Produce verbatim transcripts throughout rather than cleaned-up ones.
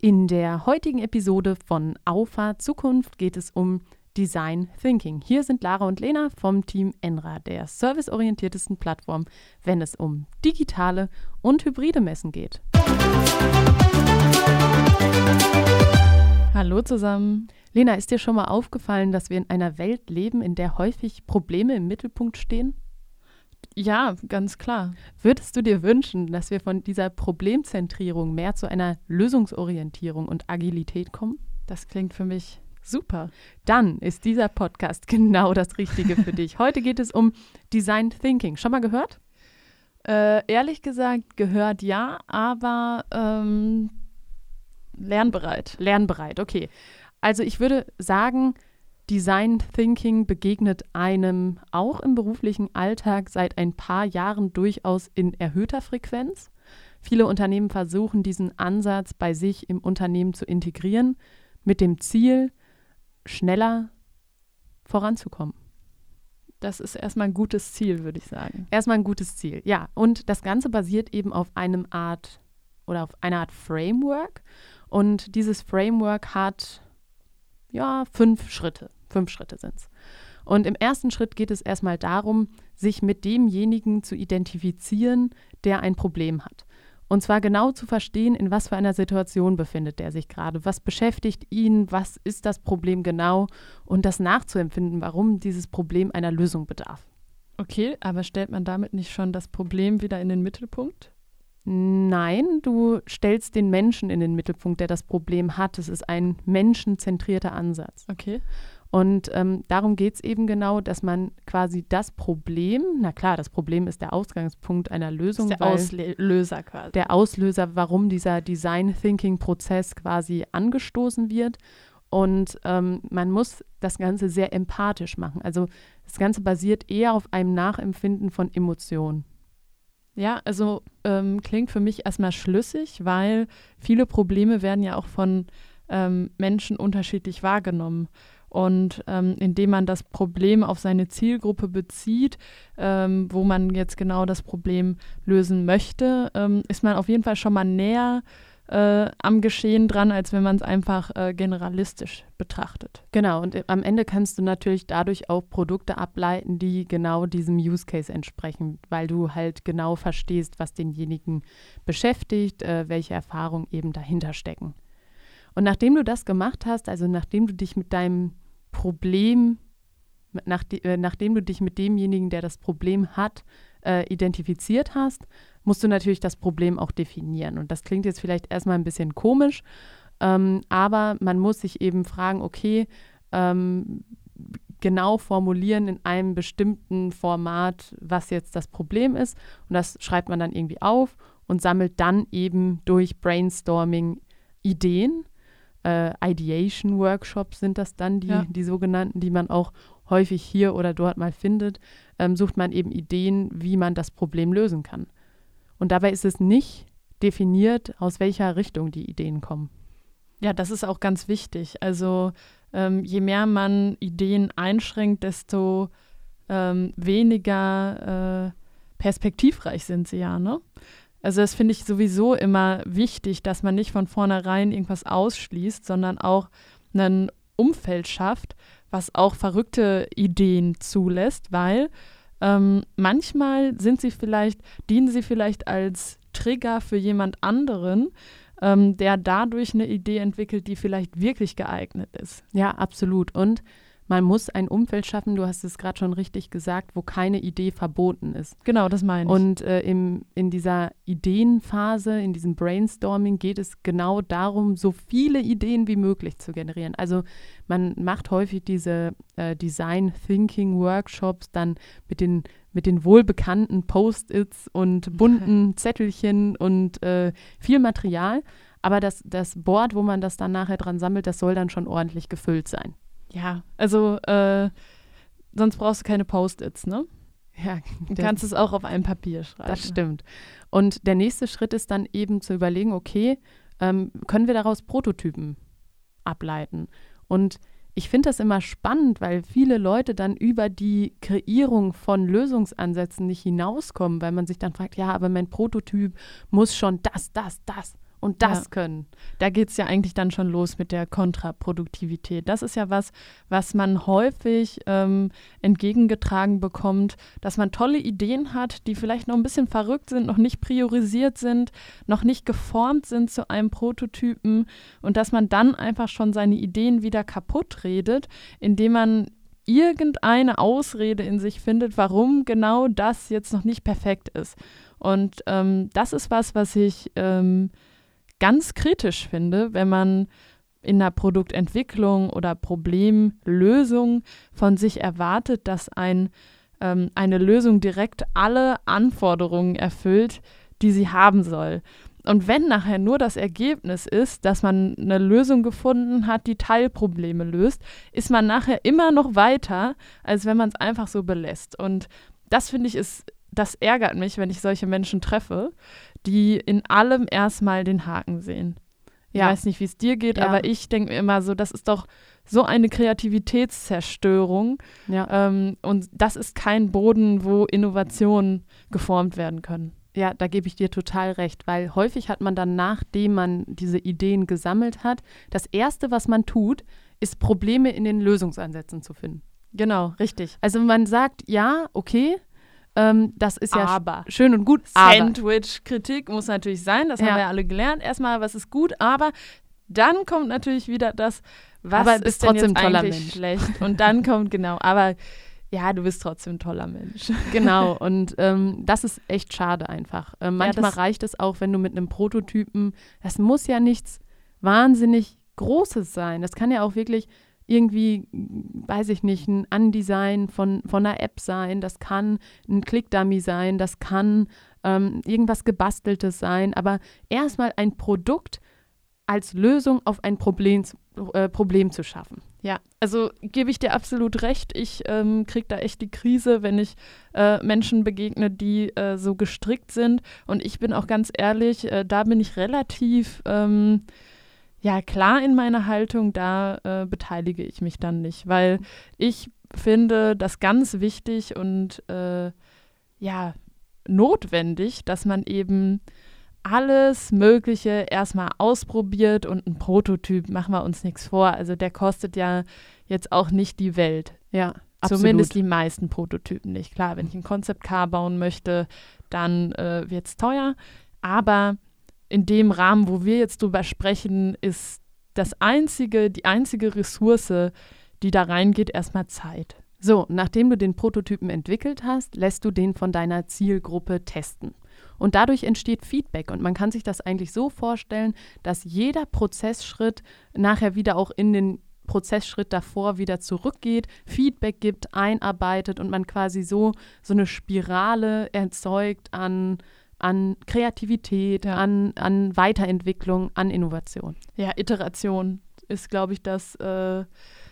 In der heutigen Episode von Aufa Zukunft geht es um Design Thinking. Hier sind Lara und Lena vom Team Enra, der serviceorientiertesten Plattform, wenn es um digitale und hybride Messen geht. Hallo zusammen. Lena, ist dir schon mal aufgefallen, dass wir in einer Welt leben, in der häufig Probleme im Mittelpunkt stehen? Ja, ganz klar. Würdest du dir wünschen, dass wir von dieser Problemzentrierung mehr zu einer Lösungsorientierung und Agilität kommen? Das klingt für mich super. Dann ist dieser Podcast genau das Richtige für dich. Heute geht es um Design Thinking. Schon mal gehört? Äh, ehrlich gesagt, gehört ja, aber ähm, lernbereit. Lernbereit, okay. Also ich würde sagen, Design Thinking begegnet einem auch im beruflichen Alltag seit ein paar Jahren durchaus in erhöhter Frequenz. Viele Unternehmen versuchen, diesen Ansatz bei sich im Unternehmen zu integrieren, mit dem Ziel, schneller voranzukommen. Das ist erstmal ein gutes Ziel, würde ich sagen. Erstmal ein gutes Ziel, ja. Und das Ganze basiert eben auf einem Art oder auf einer Art Framework. Und dieses Framework hat ja fünf Schritte. Fünf Schritte sind es. Und im ersten Schritt geht es erstmal darum, sich mit demjenigen zu identifizieren, der ein Problem hat. Und zwar genau zu verstehen, in was für einer Situation befindet er sich gerade, was beschäftigt ihn, was ist das Problem genau und das nachzuempfinden, warum dieses Problem einer Lösung bedarf. Okay, aber stellt man damit nicht schon das Problem wieder in den Mittelpunkt? Nein, du stellst den Menschen in den Mittelpunkt, der das Problem hat. Es ist ein menschenzentrierter Ansatz. Okay. Und ähm, darum geht es eben genau, dass man quasi das Problem, na klar, das Problem ist der Ausgangspunkt einer Lösung. Das ist der Auslöser quasi. Der Auslöser, warum dieser Design-Thinking-Prozess quasi angestoßen wird. Und ähm, man muss das Ganze sehr empathisch machen. Also das Ganze basiert eher auf einem Nachempfinden von Emotionen. Ja, also ähm, klingt für mich erstmal schlüssig, weil viele Probleme werden ja auch von ähm, Menschen unterschiedlich wahrgenommen. Und ähm, indem man das Problem auf seine Zielgruppe bezieht, ähm, wo man jetzt genau das Problem lösen möchte, ähm, ist man auf jeden Fall schon mal näher äh, am Geschehen dran, als wenn man es einfach äh, generalistisch betrachtet. Genau, und am Ende kannst du natürlich dadurch auch Produkte ableiten, die genau diesem Use Case entsprechen, weil du halt genau verstehst, was denjenigen beschäftigt, äh, welche Erfahrungen eben dahinter stecken. Und nachdem du das gemacht hast, also nachdem du dich mit deinem Problem, nach de, äh, nachdem du dich mit demjenigen, der das Problem hat, äh, identifiziert hast, musst du natürlich das Problem auch definieren. Und das klingt jetzt vielleicht erstmal ein bisschen komisch, ähm, aber man muss sich eben fragen, okay, ähm, genau formulieren in einem bestimmten Format, was jetzt das Problem ist. Und das schreibt man dann irgendwie auf und sammelt dann eben durch Brainstorming Ideen. Äh, Ideation-Workshops sind das dann, die, ja. die sogenannten, die man auch häufig hier oder dort mal findet, ähm, sucht man eben Ideen, wie man das Problem lösen kann. Und dabei ist es nicht definiert, aus welcher Richtung die Ideen kommen. Ja, das ist auch ganz wichtig. Also ähm, je mehr man Ideen einschränkt, desto ähm, weniger äh, perspektivreich sind sie ja, ne? Also das finde ich sowieso immer wichtig, dass man nicht von vornherein irgendwas ausschließt, sondern auch ein Umfeld schafft, was auch verrückte Ideen zulässt, weil ähm, manchmal sind sie vielleicht, dienen sie vielleicht als Trigger für jemand anderen, ähm, der dadurch eine Idee entwickelt, die vielleicht wirklich geeignet ist. Ja, absolut. Und man muss ein Umfeld schaffen, du hast es gerade schon richtig gesagt, wo keine Idee verboten ist. Genau, das meine ich. Und äh, im, in dieser Ideenphase, in diesem Brainstorming geht es genau darum, so viele Ideen wie möglich zu generieren. Also man macht häufig diese äh, Design-Thinking-Workshops dann mit den, mit den wohlbekannten Post-its und bunten Zettelchen und äh, viel Material. Aber das, das Board, wo man das dann nachher dran sammelt, das soll dann schon ordentlich gefüllt sein. Ja, also äh, sonst brauchst du keine Post-its, ne? Ja, du kannst es auch auf einem Papier schreiben. Das stimmt. Und der nächste Schritt ist dann eben zu überlegen, okay, ähm, können wir daraus Prototypen ableiten? Und ich finde das immer spannend, weil viele Leute dann über die Kreierung von Lösungsansätzen nicht hinauskommen, weil man sich dann fragt, ja, aber mein Prototyp muss schon das, das, das und das ja. können. Da geht es ja eigentlich dann schon los mit der Kontraproduktivität. Das ist ja was, was man häufig ähm, entgegengetragen bekommt, dass man tolle Ideen hat, die vielleicht noch ein bisschen verrückt sind, noch nicht priorisiert sind, noch nicht geformt sind zu einem Prototypen und dass man dann einfach schon seine Ideen wieder kaputt redet, indem man irgendeine Ausrede in sich findet, warum genau das jetzt noch nicht perfekt ist. Und ähm, das ist was, was ich ähm, ganz kritisch finde, wenn man in der Produktentwicklung oder Problemlösung von sich erwartet, dass ein, ähm, eine Lösung direkt alle Anforderungen erfüllt, die sie haben soll. Und wenn nachher nur das Ergebnis ist, dass man eine Lösung gefunden hat, die Teilprobleme löst, ist man nachher immer noch weiter, als wenn man es einfach so belässt. Und das finde ich ist, das ärgert mich, wenn ich solche Menschen treffe, die in allem erstmal den Haken sehen. Ja. Ich weiß nicht, wie es dir geht, ja. aber ich denke mir immer so, das ist doch so eine Kreativitätszerstörung. Ja. Ähm, und das ist kein Boden, wo Innovationen geformt werden können. Ja, da gebe ich dir total recht, weil häufig hat man dann, nachdem man diese Ideen gesammelt hat, das Erste, was man tut, ist Probleme in den Lösungsansätzen zu finden. Genau, richtig. Also man sagt, ja, okay, ähm, das ist ja aber. sch- schön und gut, Sandwich-Kritik muss natürlich sein, das ja. haben wir ja alle gelernt. Erstmal, was ist gut, aber dann kommt natürlich wieder das, was aber ist bist denn trotzdem jetzt ein toller eigentlich Mensch. schlecht. Und dann kommt, genau, aber ja, du bist trotzdem ein toller Mensch. Genau, und ähm, das ist echt schade einfach. Ähm, manchmal ja, reicht es auch, wenn du mit einem Prototypen, das muss ja nichts wahnsinnig Großes sein. Das kann ja auch wirklich irgendwie, weiß ich nicht, ein Undesign von, von einer App sein, das kann ein Click-Dummy sein, das kann ähm, irgendwas Gebasteltes sein, aber erstmal ein Produkt als Lösung auf ein Problem, äh, Problem zu schaffen. Ja, also gebe ich dir absolut recht. Ich ähm, kriege da echt die Krise, wenn ich äh, Menschen begegne, die äh, so gestrickt sind. Und ich bin auch ganz ehrlich, äh, da bin ich relativ ähm, ja, klar in meiner Haltung, da äh, beteilige ich mich dann nicht. Weil ich finde das ganz wichtig und äh, ja, notwendig, dass man eben alles Mögliche erstmal ausprobiert und ein Prototyp, machen wir uns nichts vor. Also der kostet ja jetzt auch nicht die Welt. Ja, zumindest die meisten Prototypen nicht. Klar, wenn ich ein Concept Car bauen möchte, dann äh, wird es teuer. Aber in dem Rahmen, wo wir jetzt drüber sprechen, ist das einzige, die einzige Ressource, die da reingeht, erstmal Zeit. So, nachdem du den Prototypen entwickelt hast, lässt du den von deiner Zielgruppe testen. Und dadurch entsteht Feedback. Und man kann sich das eigentlich so vorstellen, dass jeder Prozessschritt nachher wieder auch in den Prozessschritt davor wieder zurückgeht, Feedback gibt, einarbeitet und man quasi so, so eine Spirale erzeugt an, an Kreativität, ja. an, an Weiterentwicklung, an Innovation. Ja, Iteration ist, glaube ich, das äh,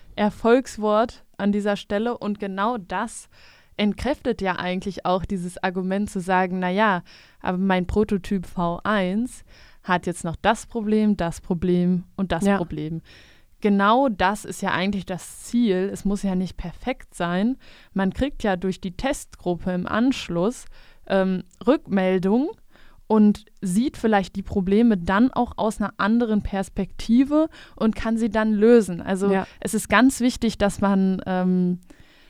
Erfolgswort an dieser Stelle. Und genau das entkräftet ja eigentlich auch dieses Argument zu sagen, naja, aber mein Prototyp V eins hat jetzt noch das Problem, das Problem und das ja. Problem. Genau das ist ja eigentlich das Ziel. Es muss ja nicht perfekt sein. Man kriegt ja durch die Testgruppe im Anschluss ähm, Rückmeldung und sieht vielleicht die Probleme dann auch aus einer anderen Perspektive und kann sie dann lösen. Also ja. es ist ganz wichtig, dass man ähm,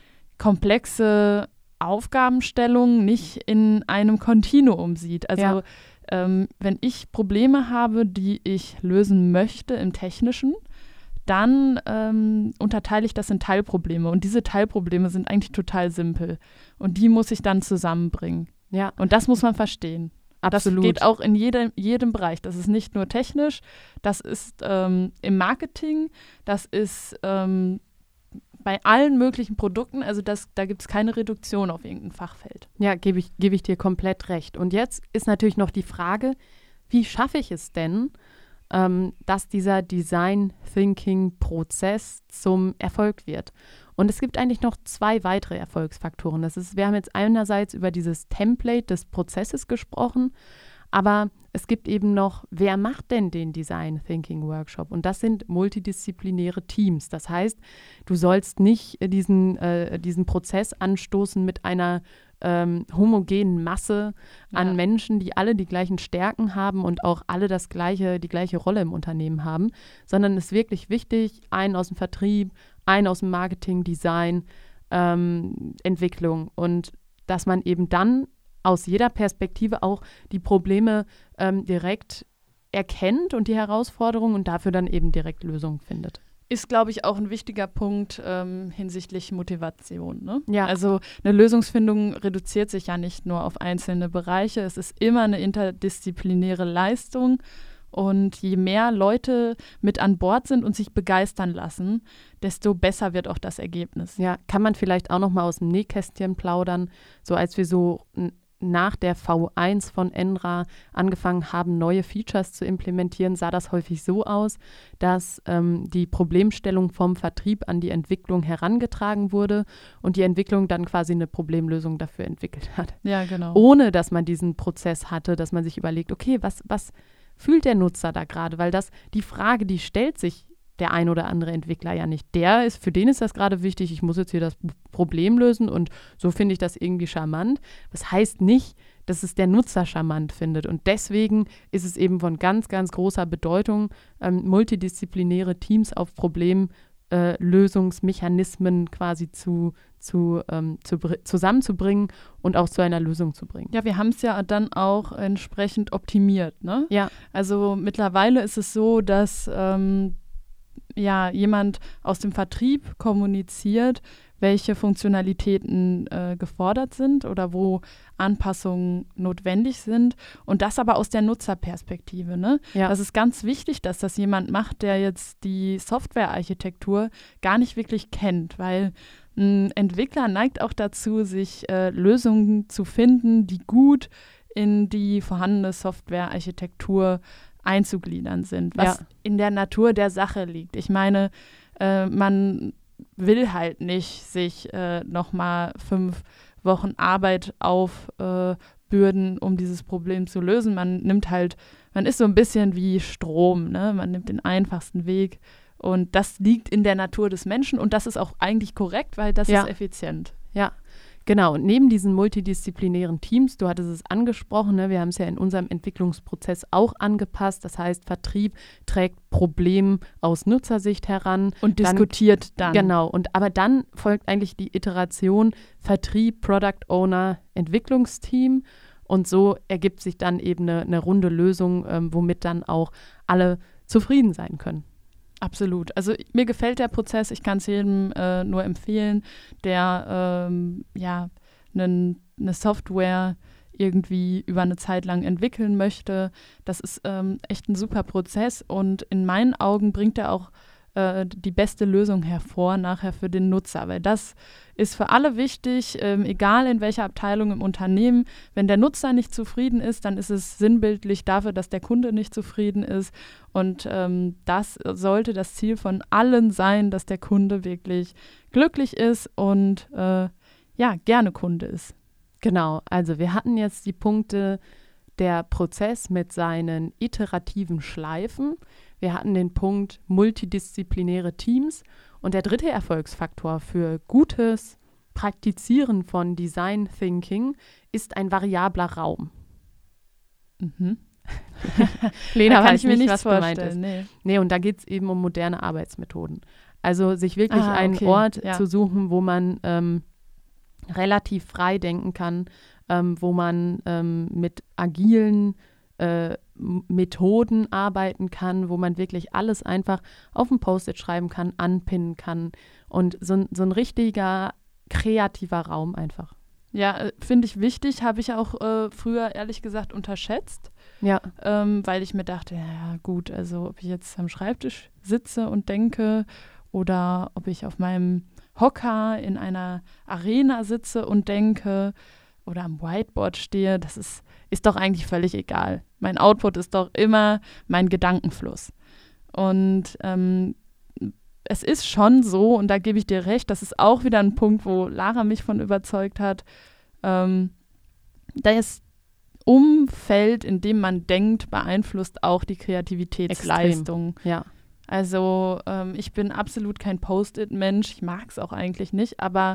komplexe Aufgabenstellungen nicht in einem Kontinuum sieht. Also ja. ähm, wenn ich Probleme habe, die ich lösen möchte im Technischen, dann ähm, unterteile ich das in Teilprobleme. Und diese Teilprobleme sind eigentlich total simpel. Und die muss ich dann zusammenbringen. Ja. Und das muss man verstehen. Absolut. Das geht auch in jedem, jedem Bereich. Das ist nicht nur technisch, das ist ähm, im Marketing, das ist ähm, bei allen möglichen Produkten, also das, da gibt es keine Reduktion auf irgendein Fachfeld. Ja, gebe ich, gebe ich dir komplett recht. Und jetzt ist natürlich noch die Frage, wie schaffe ich es denn, ähm, dass dieser Design-Thinking-Prozess zum Erfolg wird? Und es gibt eigentlich noch zwei weitere Erfolgsfaktoren. Das ist, wir haben jetzt einerseits über dieses Template des Prozesses gesprochen, aber es gibt eben noch, wer macht denn den Design Thinking Workshop? Und das sind multidisziplinäre Teams. Das heißt, du sollst nicht diesen, äh, diesen Prozess anstoßen mit einer ähm, homogenen Masse an Ja. Menschen, die alle die gleichen Stärken haben und auch alle das gleiche, die gleiche Rolle im Unternehmen haben, sondern es ist wirklich wichtig, einen aus dem Vertrieb, einen aus dem Marketing, Design, ähm, Entwicklung und dass man eben dann aus jeder Perspektive auch die Probleme ähm, direkt erkennt und die Herausforderungen und dafür dann eben direkt Lösungen findet. Ist, glaube ich, auch ein wichtiger Punkt ähm, hinsichtlich Motivation. Ne? Ja. Also eine Lösungsfindung reduziert sich ja nicht nur auf einzelne Bereiche. Es ist immer eine interdisziplinäre Leistung. Und je mehr Leute mit an Bord sind und sich begeistern lassen, desto besser wird auch das Ergebnis. Ja, kann man vielleicht auch noch mal aus dem Nähkästchen plaudern, so als wir so n- nach der V eins von Enra angefangen haben, neue Features zu implementieren, sah das häufig so aus, dass ähm, die Problemstellung vom Vertrieb an die Entwicklung herangetragen wurde und die Entwicklung dann quasi eine Problemlösung dafür entwickelt hat. Ja, genau. Ohne, dass man diesen Prozess hatte, dass man sich überlegt, okay, was, was fühlt der Nutzer da gerade? Weil das, die Frage, die stellt sich der ein oder andere Entwickler ja nicht. Der ist, für den ist das gerade wichtig, ich muss jetzt hier das Problem lösen und so finde ich das irgendwie charmant. Das heißt nicht, dass es der Nutzer charmant findet und deswegen ist es eben von ganz, ganz großer Bedeutung, ähm, multidisziplinäre Teams auf Problemlösungsmechanismen äh, quasi zu, zu, ähm, zu br- zusammenzubringen und auch zu einer Lösung zu bringen. Ja, wir haben es ja dann auch entsprechend optimiert. Ne? Ja. Also mittlerweile ist es so, dass ähm, ja, jemand aus dem Vertrieb kommuniziert, welche Funktionalitäten äh, gefordert sind oder wo Anpassungen notwendig sind und das aber aus der Nutzerperspektive. Ne? Ja. Das ist ganz wichtig, dass das jemand macht, der jetzt die Softwarearchitektur gar nicht wirklich kennt, weil ein Entwickler neigt auch dazu, sich äh, Lösungen zu finden, die gut in die vorhandene Softwarearchitektur einzugliedern sind, was Ja. in der Natur der Sache liegt. Ich meine, äh, man will halt nicht sich äh, nochmal fünf Wochen Arbeit aufbürden, äh, um dieses Problem zu lösen. Man nimmt halt, man ist so ein bisschen wie Strom, ne? Man nimmt den einfachsten Weg und das liegt in der Natur des Menschen und das ist auch eigentlich korrekt, weil das Ja. ist effizient. Ja, genau. Und neben diesen multidisziplinären Teams, du hattest es angesprochen, ne, wir haben es ja in unserem Entwicklungsprozess auch angepasst. Das heißt, Vertrieb trägt Problem aus Nutzersicht heran. Und Dann- diskutiert dann. Genau. Und aber dann folgt eigentlich die Iteration Vertrieb, Product Owner, Entwicklungsteam. Und so ergibt sich dann eben eine, eine runde Lösung, ähm, womit dann auch alle zufrieden sein können. Absolut. Also mir gefällt der Prozess. Ich kann es jedem äh, nur empfehlen, der ähm, ja nen, eine Software irgendwie über eine Zeit lang entwickeln möchte. Das ist ähm, echt ein super Prozess und in meinen Augen bringt er auch äh, die beste Lösung hervor nachher für den Nutzer, weil das ist für alle wichtig, ähm, egal in welcher Abteilung im Unternehmen. Wenn der Nutzer nicht zufrieden ist, dann ist es sinnbildlich dafür, dass der Kunde nicht zufrieden ist. Und ähm, das sollte das Ziel von allen sein, dass der Kunde wirklich glücklich ist und äh, ja, gerne Kunde ist. Genau, also wir hatten jetzt die Punkte, der Prozess mit seinen iterativen Schleifen. Wir hatten den Punkt multidisziplinäre Teams. Und der dritte Erfolgsfaktor für gutes Praktizieren von Design Thinking ist ein variabler Raum. Mhm. Lena, Da kann weiß ich mir nicht, nichts was gemeint ist. vorstellen. Nee. Nee, und da geht es eben um moderne Arbeitsmethoden. Also sich wirklich Ah, einen okay, Ort ja. zu suchen, wo man ähm, relativ frei denken kann, ähm, wo man ähm, mit agilen äh, M- Methoden arbeiten kann, wo man wirklich alles einfach auf ein Post-it schreiben kann, anpinnen kann und so, ein- so ein richtiger kreativer Raum einfach. Ja, äh, finde ich wichtig, habe ich auch äh, früher ehrlich gesagt unterschätzt, Ja, ähm, weil ich mir dachte, ja gut, also ob ich jetzt am Schreibtisch sitze und denke oder ob ich auf meinem Hocker in einer Arena sitze und denke oder am Whiteboard stehe, das ist, ist doch eigentlich völlig egal. Mein Output ist doch immer mein Gedankenfluss. Und ähm, es ist schon so, und da gebe ich dir recht, das ist auch wieder ein Punkt, wo Lara mich von überzeugt hat, ähm, das Umfeld, in dem man denkt, beeinflusst auch die Kreativitätsleistung. ja, Also ähm, ich bin absolut kein Post-it-Mensch, ich mag es auch eigentlich nicht, aber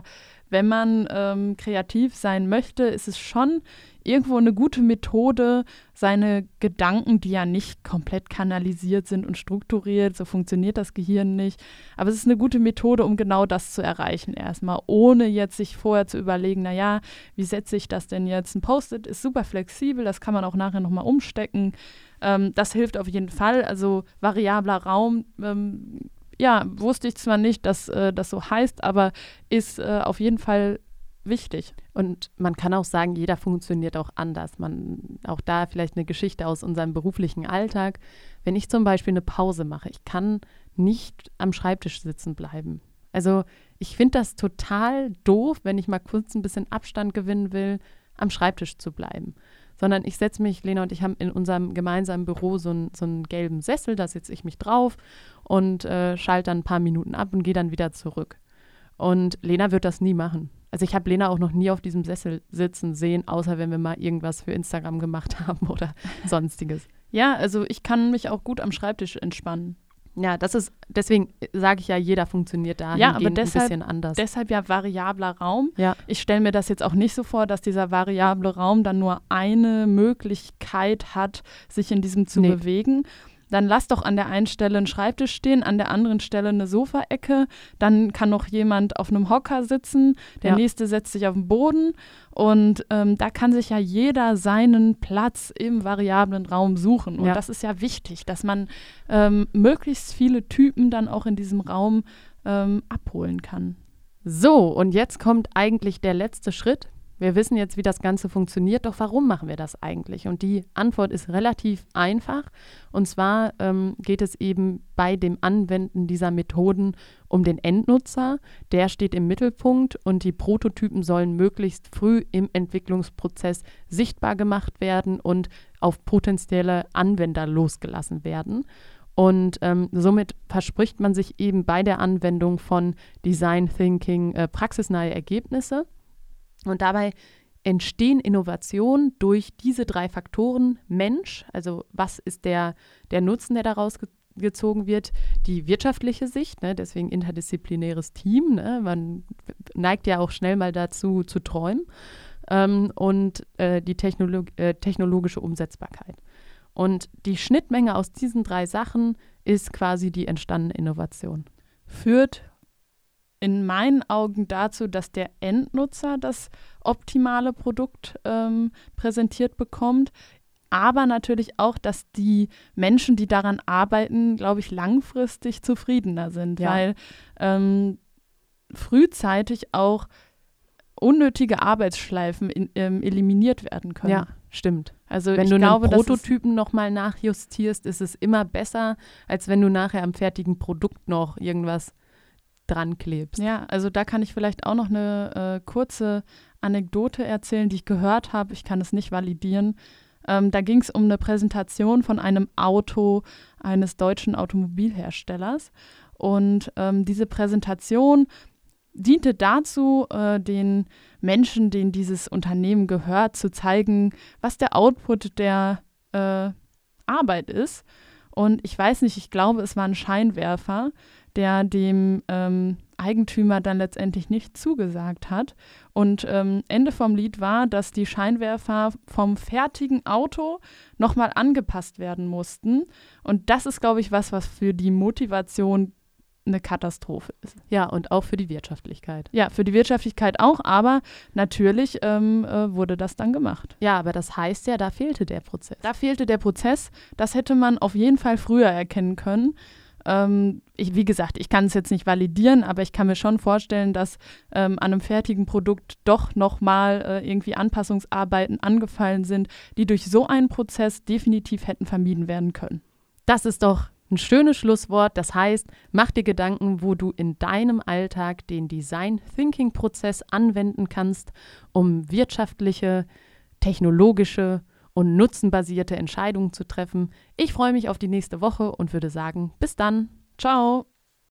wenn man ähm, kreativ sein möchte, ist es schon irgendwo eine gute Methode, seine Gedanken, die ja nicht komplett kanalisiert sind und strukturiert, so funktioniert das Gehirn nicht, aber es ist eine gute Methode, um genau das zu erreichen erstmal, ohne jetzt sich vorher zu überlegen, naja, wie setze ich das denn jetzt? Ein Post-it ist super flexibel, das kann man auch nachher nochmal umstecken. Ähm, das hilft auf jeden Fall, also variabler Raum, ähm, ja, wusste ich zwar nicht, dass äh, das so heißt, aber ist äh, auf jeden Fall wichtig. Und man kann auch sagen, jeder funktioniert auch anders. Man, auch da vielleicht eine Geschichte aus unserem beruflichen Alltag. Wenn ich zum Beispiel eine Pause mache, ich kann nicht am Schreibtisch sitzen bleiben. Also ich finde das total doof, wenn ich mal kurz ein bisschen Abstand gewinnen will, am Schreibtisch zu bleiben. Sondern ich setze mich, Lena und ich haben in unserem gemeinsamen Büro so, ein, so einen gelben Sessel, da setze ich mich drauf und äh, schalte dann ein paar Minuten ab und gehe dann wieder zurück. Und Lena wird das nie machen. Also ich habe Lena auch noch nie auf diesem Sessel sitzen sehen, außer wenn wir mal irgendwas für Instagram gemacht haben oder sonstiges. Ja, also ich kann mich auch gut am Schreibtisch entspannen. Ja, das ist, deswegen sage ich ja, jeder funktioniert da ja, aber deshalb, ein bisschen anders. Deshalb ja variabler Raum. Ja. Ich stelle mir das jetzt auch nicht so vor, dass dieser variable Raum dann nur eine Möglichkeit hat, sich in diesem zu nee. bewegen. Dann lass doch an der einen Stelle einen Schreibtisch stehen, an der anderen Stelle eine Sofaecke. Dann kann noch jemand auf einem Hocker sitzen, der ja. nächste setzt sich auf den Boden. Und ähm, da kann sich ja jeder seinen Platz im variablen Raum suchen. Und ja. das ist ja wichtig, dass man ähm, möglichst viele Typen dann auch in diesem Raum ähm, abholen kann. So, und jetzt kommt eigentlich der letzte Schritt. Wir wissen jetzt, wie das Ganze funktioniert, doch warum machen wir das eigentlich? Und die Antwort ist relativ einfach. Und zwar ähm, geht es eben bei dem Anwenden dieser Methoden um den Endnutzer. Der steht im Mittelpunkt und die Prototypen sollen möglichst früh im Entwicklungsprozess sichtbar gemacht werden und auf potenzielle Anwender losgelassen werden. Und ähm, somit verspricht man sich eben bei der Anwendung von Design Thinking äh, praxisnahe Ergebnisse. Und dabei entstehen Innovationen durch diese drei Faktoren: Mensch, also was ist der, der Nutzen, der daraus ge- gezogen wird, die wirtschaftliche Sicht, ne, deswegen interdisziplinäres Team, ne, man neigt ja auch schnell mal dazu zu träumen, ähm, und äh, die Technolog- äh, technologische Umsetzbarkeit. Und die Schnittmenge aus diesen drei Sachen ist quasi die entstandene Innovation. Führt in meinen Augen dazu, dass der Endnutzer das optimale Produkt ähm, präsentiert bekommt, aber natürlich auch, dass die Menschen, die daran arbeiten, glaube ich, langfristig zufriedener sind, ja. weil ähm, frühzeitig auch unnötige Arbeitsschleifen in, ähm, eliminiert werden können. Ja, stimmt. Also wenn ich du glaube, einen Prototypen nochmal nachjustierst, ist es immer besser, als wenn du nachher am fertigen Produkt noch irgendwas dran klebst. Ja, also da kann ich vielleicht auch noch eine äh, kurze Anekdote erzählen, die ich gehört habe. Ich kann es nicht validieren. Ähm, da ging es um eine Präsentation von einem Auto eines deutschen Automobilherstellers. Und ähm, diese Präsentation diente dazu, äh, den Menschen, denen dieses Unternehmen gehört, zu zeigen, was der Output der äh, Arbeit ist. Und ich weiß nicht, ich glaube, es war ein Scheinwerfer, der dem ähm, Eigentümer dann letztendlich nicht zugesagt hat. Und ähm, Ende vom Lied war, dass die Scheinwerfer vom fertigen Auto nochmal angepasst werden mussten. Und das ist, glaube ich, was, was für die Motivation eine Katastrophe ist. Ja, und auch für die Wirtschaftlichkeit. Ja, für die Wirtschaftlichkeit auch, aber natürlich ähm, äh, wurde das dann gemacht. Ja, aber das heißt ja, da fehlte der Prozess. Da fehlte der Prozess. Das hätte man auf jeden Fall früher erkennen können. Ähm, ich, wie gesagt, ich kann es jetzt nicht validieren, aber ich kann mir schon vorstellen, dass ähm, an einem fertigen Produkt doch nochmal äh, irgendwie Anpassungsarbeiten angefallen sind, die durch so einen Prozess definitiv hätten vermieden werden können. Das ist doch ein schönes Schlusswort. Das heißt, mach dir Gedanken, wo du in deinem Alltag den Design-Thinking-Prozess anwenden kannst, um wirtschaftliche, technologische und nutzenbasierte Entscheidungen zu treffen. Ich freue mich auf die nächste Woche und würde sagen, bis dann. Ciao.